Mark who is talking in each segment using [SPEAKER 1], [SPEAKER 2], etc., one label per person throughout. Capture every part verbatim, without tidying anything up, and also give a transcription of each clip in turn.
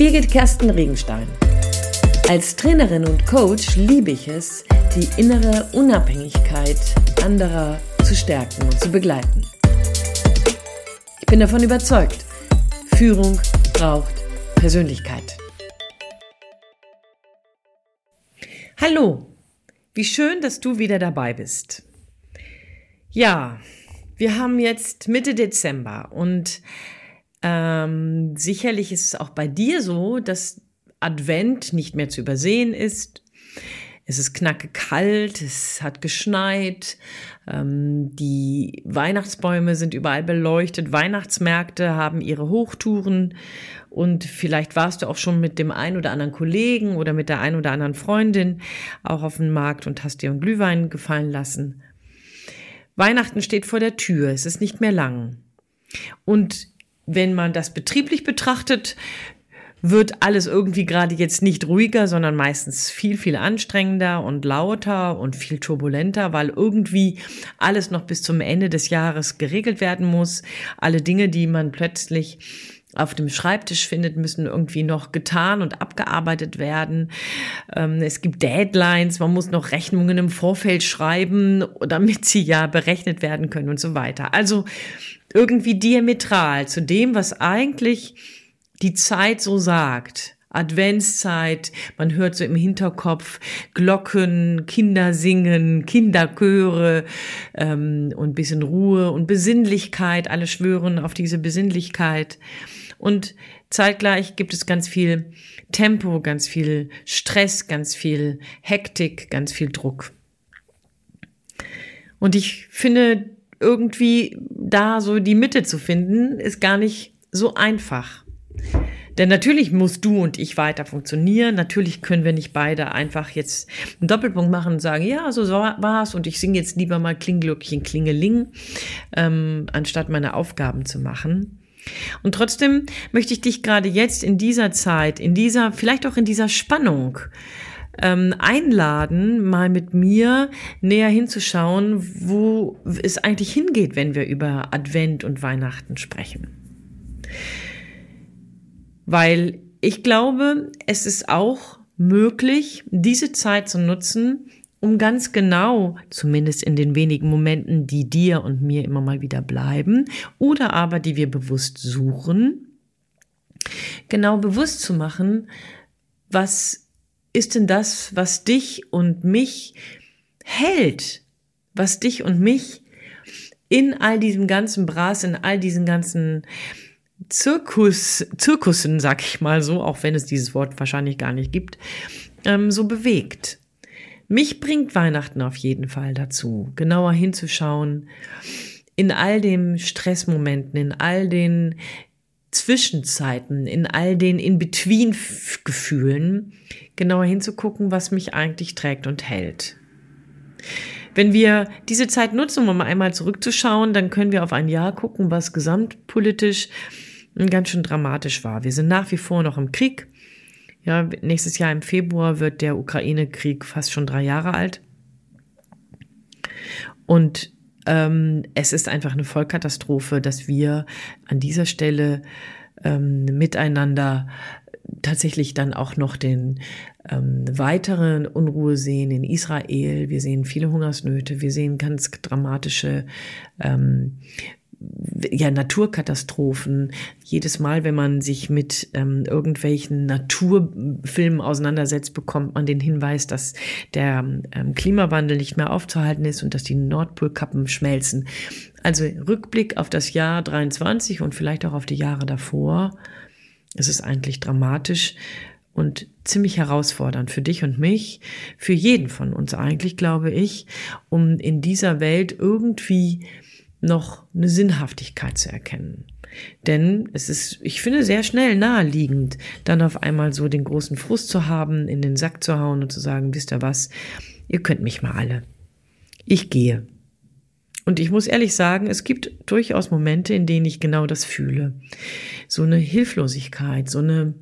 [SPEAKER 1] Birgit Kersten Regenstein. Als Trainerin und Coach liebe ich es, die innere Unabhängigkeit anderer zu stärken und zu begleiten. Ich bin davon überzeugt, Führung braucht Persönlichkeit. Hallo, wie schön, dass du wieder dabei bist. Ja, wir haben jetzt Mitte Dezember und ähm, sicherlich ist es auch bei dir so, dass Advent nicht mehr zu übersehen ist. Es ist knackekalt, es hat geschneit, ähm, die Weihnachtsbäume sind überall beleuchtet, Weihnachtsmärkte haben ihre Hochtouren und vielleicht warst du auch schon mit dem einen oder anderen Kollegen oder mit der einen oder anderen Freundin auch auf dem Markt und hast dir einen Glühwein gefallen lassen. Weihnachten steht vor der Tür, es ist nicht mehr lang. Und wenn man das betrieblich betrachtet, wird alles irgendwie gerade jetzt nicht ruhiger, sondern meistens viel, viel anstrengender und lauter und viel turbulenter, weil irgendwie alles noch bis zum Ende des Jahres geregelt werden muss. Alle Dinge, die man plötzlich auf dem Schreibtisch findet, müssen irgendwie noch getan und abgearbeitet werden. Es gibt Deadlines, man muss noch Rechnungen im Vorfeld schreiben, damit sie ja berechnet werden können und so weiter. Also irgendwie diametral zu dem, was eigentlich die Zeit so sagt. Adventszeit, man hört so im Hinterkopf Glocken, Kinder singen, Kinderchöre ähm, und ein bisschen Ruhe und Besinnlichkeit. Alle schwören auf diese Besinnlichkeit. Und zeitgleich gibt es ganz viel Tempo, ganz viel Stress, ganz viel Hektik, ganz viel Druck. Und ich finde, irgendwie da so die Mitte zu finden, ist gar nicht so einfach. Denn natürlich musst du und ich weiter funktionieren. Natürlich können wir nicht beide einfach jetzt einen Doppelpunkt machen und sagen, ja, so war's und ich singe jetzt lieber mal Klingelglöckchen, Klingeling, ähm, anstatt meine Aufgaben zu machen. Und trotzdem möchte ich dich gerade jetzt in dieser Zeit, in dieser, vielleicht auch in dieser Spannung ähm, einladen, mal mit mir näher hinzuschauen, wo es eigentlich hingeht, wenn wir über Advent und Weihnachten sprechen. Weil ich glaube, es ist auch möglich, diese Zeit zu nutzen, um ganz genau, zumindest in den wenigen Momenten, die dir und mir immer mal wieder bleiben, oder aber die wir bewusst suchen, genau bewusst zu machen, was ist denn das, was dich und mich hält, was dich und mich in all diesem ganzen Bras, in all diesen ganzen Zirkus, Zirkussen, sag ich mal so, auch wenn es dieses Wort wahrscheinlich gar nicht gibt, ähm, so bewegt. Mich bringt Weihnachten auf jeden Fall dazu, genauer hinzuschauen, in all den Stressmomenten, in all den Zwischenzeiten, in all den In-Between-Gefühlen, genauer hinzugucken, was mich eigentlich trägt und hält. Wenn wir diese Zeit nutzen, um einmal zurückzuschauen, dann können wir auf ein Jahr gucken, was gesamtpolitisch ganz schön dramatisch war. Wir sind nach wie vor noch im Krieg. Ja, nächstes Jahr im Februar wird der Ukraine-Krieg fast schon drei Jahre alt. Und ähm, es ist einfach eine Vollkatastrophe, dass wir an dieser Stelle ähm, miteinander tatsächlich dann auch noch den ähm, weiteren Unruhe sehen in Israel. Wir sehen viele Hungersnöte, wir sehen ganz dramatische ähm, ja, Naturkatastrophen. Jedes Mal, wenn man sich mit ähm, irgendwelchen Naturfilmen auseinandersetzt, bekommt man den Hinweis, dass der ähm, Klimawandel nicht mehr aufzuhalten ist und dass die Nordpolkappen schmelzen. Also Rückblick auf das Jahr dreiundzwanzig und vielleicht auch auf die Jahre davor. Es ist eigentlich dramatisch und ziemlich herausfordernd für dich und mich, für jeden von uns eigentlich, glaube ich, um in dieser Welt irgendwie noch eine Sinnhaftigkeit zu erkennen. Denn es ist, ich finde, sehr schnell naheliegend, dann auf einmal so den großen Frust zu haben, in den Sack zu hauen und zu sagen, wisst ihr was, ihr könnt mich mal alle. Ich gehe. Und ich muss ehrlich sagen, es gibt durchaus Momente, in denen ich genau das fühle. So eine Hilflosigkeit, so eine,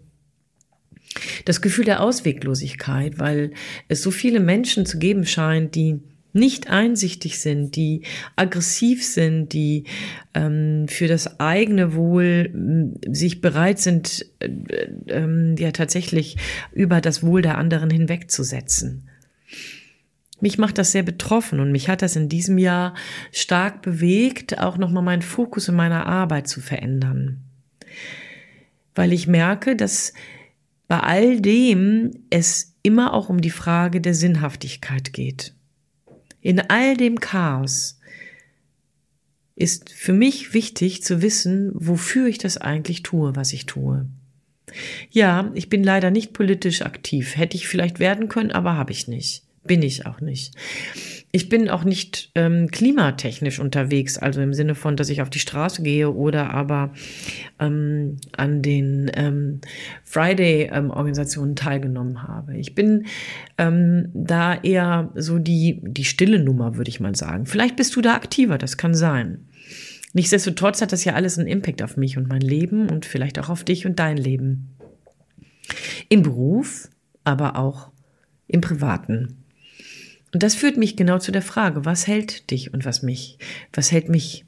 [SPEAKER 1] das Gefühl der Ausweglosigkeit, weil es so viele Menschen zu geben scheint, die nicht einsichtig sind, die aggressiv sind, die ähm, für das eigene Wohl äh, sich bereit sind, äh, äh, ja tatsächlich über das Wohl der anderen hinwegzusetzen. Mich macht das sehr betroffen und mich hat das in diesem Jahr stark bewegt, auch nochmal meinen Fokus in meiner Arbeit zu verändern. Weil ich merke, dass bei all dem es immer auch um die Frage der Sinnhaftigkeit geht. In all dem Chaos ist für mich wichtig zu wissen, wofür ich das eigentlich tue, was ich tue. Ja, ich bin leider nicht politisch aktiv. Hätte ich vielleicht werden können, aber habe ich nicht. Bin ich auch nicht. Ich bin auch nicht ähm, klimatechnisch unterwegs, also im Sinne von, dass ich auf die Straße gehe oder aber ähm, an den ähm, Friday-Organisationen ähm, teilgenommen habe. Ich bin ähm, da eher so die, die stille Nummer, würde ich mal sagen. Vielleicht bist du da aktiver, das kann sein. Nichtsdestotrotz hat das ja alles einen Impact auf mich und mein Leben und vielleicht auch auf dich und dein Leben. Im Beruf, aber auch im Privaten. Und das führt mich genau zu der Frage, was hält dich und was mich? Was hält mich?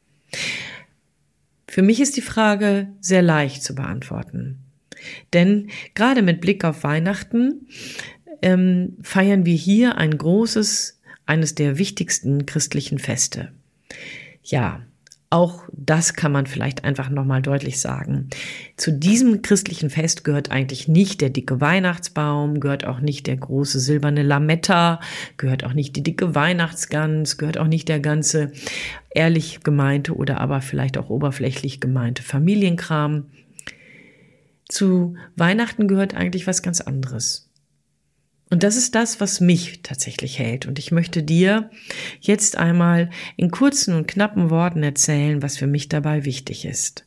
[SPEAKER 1] Für mich ist die Frage sehr leicht zu beantworten. Denn gerade mit Blick auf Weihnachten ähm, feiern wir hier ein großes, eines der wichtigsten christlichen Feste. Ja, auch das kann man vielleicht einfach nochmal deutlich sagen. Zu diesem christlichen Fest gehört eigentlich nicht der dicke Weihnachtsbaum, gehört auch nicht der große silberne Lametta, gehört auch nicht die dicke Weihnachtsgans, gehört auch nicht der ganze ehrlich gemeinte oder aber vielleicht auch oberflächlich gemeinte Familienkram. Zu Weihnachten gehört eigentlich was ganz anderes. Und das ist das, was mich tatsächlich hält. Und ich möchte dir jetzt einmal in kurzen und knappen Worten erzählen, was für mich dabei wichtig ist.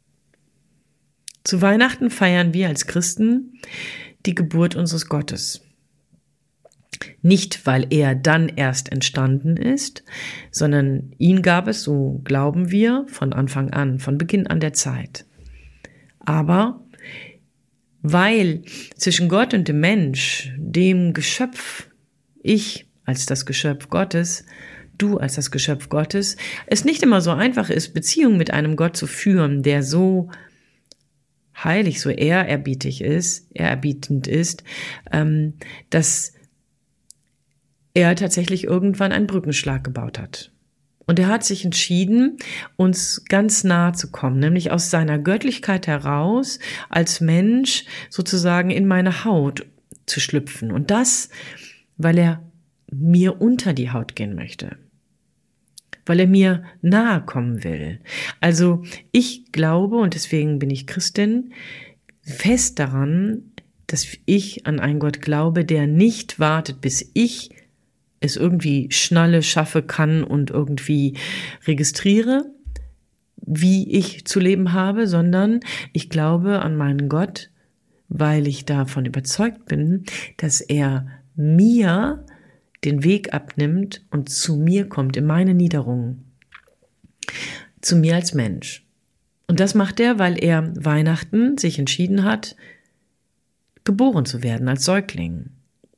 [SPEAKER 1] Zu Weihnachten feiern wir als Christen die Geburt unseres Gottes. Nicht, weil er dann erst entstanden ist, sondern ihn gab es, so glauben wir, von Anfang an, von Beginn an der Zeit. Aber weil zwischen Gott und dem Mensch, dem Geschöpf, ich als das Geschöpf Gottes, du als das Geschöpf Gottes, es nicht immer so einfach ist, Beziehungen mit einem Gott zu führen, der so heilig, so ehrerbietig ist, ehrerbietend ist, ähm, dass er tatsächlich irgendwann einen Brückenschlag gebaut hat. Und er hat sich entschieden, uns ganz nahe zu kommen, nämlich aus seiner Göttlichkeit heraus als Mensch sozusagen in meine Haut zu schlüpfen. Und das, weil er mir unter die Haut gehen möchte, weil er mir nahe kommen will. Also ich glaube, und deswegen bin ich Christin, fest daran, dass ich an einen Gott glaube, der nicht wartet, bis ich es irgendwie schnalle, schaffe, kann und irgendwie registriere, wie ich zu leben habe, sondern ich glaube an meinen Gott, weil ich davon überzeugt bin, dass er mir den Weg abnimmt und zu mir kommt, in meine Niederung, zu mir als Mensch. Und das macht er, weil er Weihnachten sich entschieden hat, geboren zu werden als Säugling.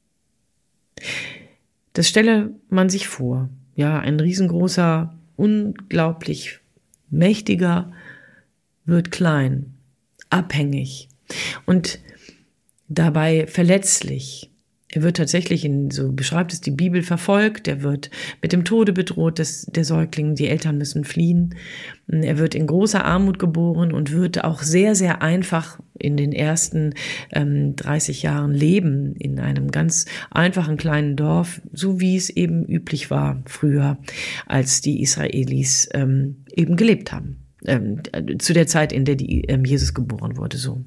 [SPEAKER 1] Das stelle man sich vor. Ja, ein riesengroßer, unglaublich mächtiger wird klein, abhängig und dabei verletzlich. Er wird tatsächlich, in, so beschreibt es die Bibel, verfolgt. Er wird mit dem Tode bedroht, des, der Säugling. Die Eltern müssen fliehen. Er wird in großer Armut geboren und wird auch sehr, sehr einfach in den ersten ähm, dreißig Jahren leben in einem ganz einfachen kleinen Dorf, so wie es eben üblich war früher, als die Israelis ähm, eben gelebt haben. Ähm, zu der Zeit, in der die, ähm, Jesus geboren wurde, so.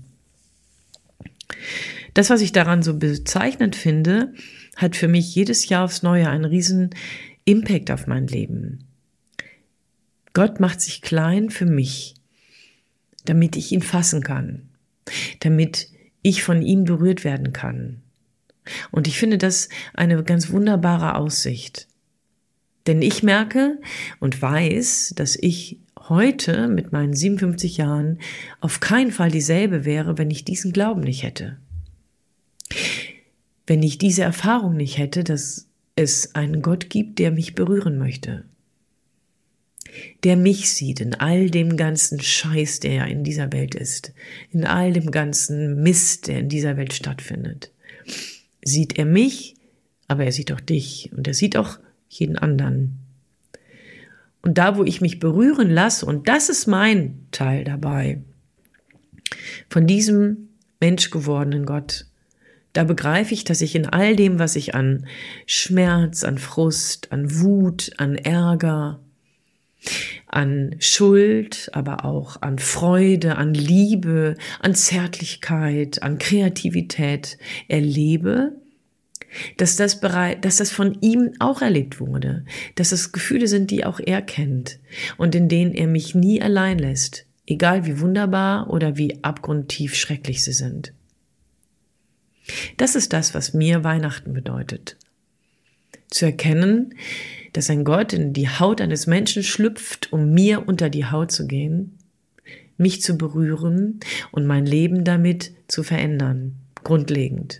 [SPEAKER 1] Das, was ich daran so bezeichnend finde, hat für mich jedes Jahr aufs Neue einen riesen Impact auf mein Leben. Gott macht sich klein für mich, damit ich ihn fassen kann, damit ich von ihm berührt werden kann. Und ich finde das eine ganz wunderbare Aussicht. Denn ich merke und weiß, dass ich heute mit meinen siebenundfünfzig Jahren auf keinen Fall dieselbe wäre, wenn ich diesen Glauben nicht hätte. Wenn ich diese Erfahrung nicht hätte, dass es einen Gott gibt, der mich berühren möchte. Der mich sieht in all dem ganzen Scheiß, der ja in dieser Welt ist, in all dem ganzen Mist, der in dieser Welt stattfindet. Sieht er mich, aber er sieht auch dich und er sieht auch jeden anderen. Und da, wo ich mich berühren lasse, und das ist mein Teil dabei, von diesem menschgewordenen Gott, da begreife ich, dass ich in all dem, was ich an Schmerz, an Frust, an Wut, an Ärger, an Schuld, aber auch an Freude, an Liebe, an Zärtlichkeit, an Kreativität erlebe, dass das bereit, dass das von ihm auch erlebt wurde, dass das Gefühle sind, die auch er kennt und in denen er mich nie allein lässt, egal wie wunderbar oder wie abgrundtief schrecklich sie sind. Das ist das, was mir Weihnachten bedeutet. Zu erkennen, dass ein Gott in die Haut eines Menschen schlüpft, um mir unter die Haut zu gehen, mich zu berühren und mein Leben damit zu verändern, grundlegend.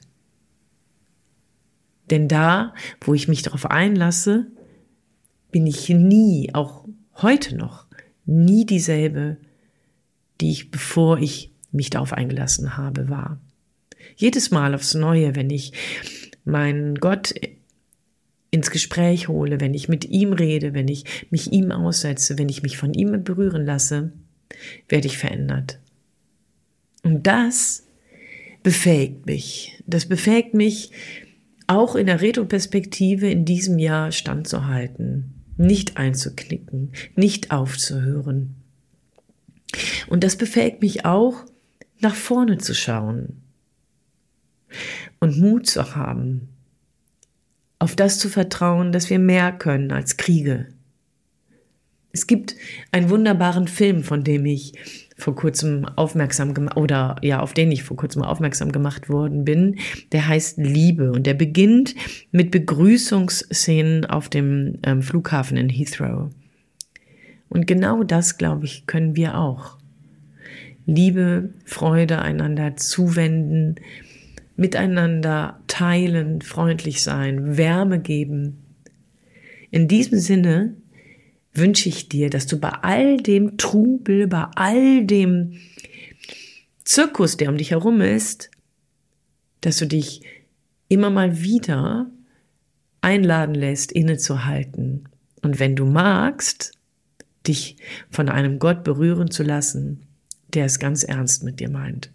[SPEAKER 1] Denn da, wo ich mich darauf einlasse, bin ich nie, auch heute noch, nie dieselbe, die ich, bevor ich mich darauf eingelassen habe, war. Jedes Mal aufs Neue, wenn ich meinen Gott ins Gespräch hole, wenn ich mit ihm rede, wenn ich mich ihm aussetze, wenn ich mich von ihm berühren lasse, werde ich verändert. Und das befähigt mich. Das befähigt mich, auch in der Retroperspektive in diesem Jahr standzuhalten, nicht einzuknicken, nicht aufzuhören. Und das befähigt mich auch, nach vorne zu schauen und Mut zu haben, auf das zu vertrauen, dass wir mehr können als Kriege. Es gibt einen wunderbaren Film, von dem ich vor kurzem aufmerksam gemacht oder ja, auf den ich vor kurzem aufmerksam gemacht worden bin. Der heißt Liebe und der beginnt mit Begrüßungsszenen auf dem ähm, Flughafen in Heathrow. Und genau das, glaube ich, können wir auch. Liebe, Freude einander zuwenden, miteinander teilen, freundlich sein, Wärme geben. In diesem Sinne wünsche ich dir, dass du bei all dem Trubel, bei all dem Zirkus, der um dich herum ist, dass du dich immer mal wieder einladen lässt, innezuhalten. Und wenn du magst, dich von einem Gott berühren zu lassen, der es ganz ernst mit dir meint.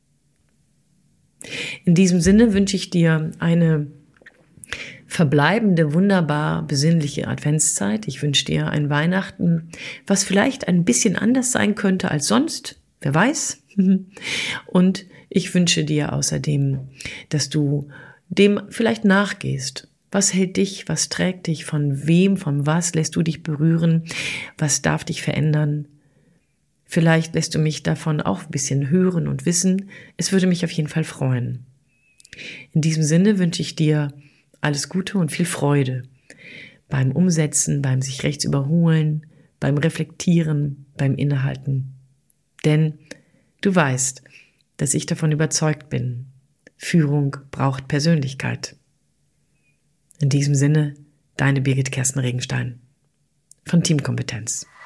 [SPEAKER 1] In diesem Sinne wünsche ich dir eine verbleibende, wunderbar besinnliche Adventszeit. Ich wünsche dir ein Weihnachten, was vielleicht ein bisschen anders sein könnte als sonst, wer weiß. Und ich wünsche dir außerdem, dass du dem vielleicht nachgehst. Was hält dich, was trägt dich, von wem, von was lässt du dich berühren, was darf dich verändern? Vielleicht lässt du mich davon auch ein bisschen hören und wissen. Es würde mich auf jeden Fall freuen. In diesem Sinne wünsche ich dir alles Gute und viel Freude beim Umsetzen, beim sich rechts überholen, beim Reflektieren, beim Innehalten. Denn du weißt, dass ich davon überzeugt bin, Führung braucht Persönlichkeit. In diesem Sinne, deine Birgit Kersten Regenstein von Teamkompetenz.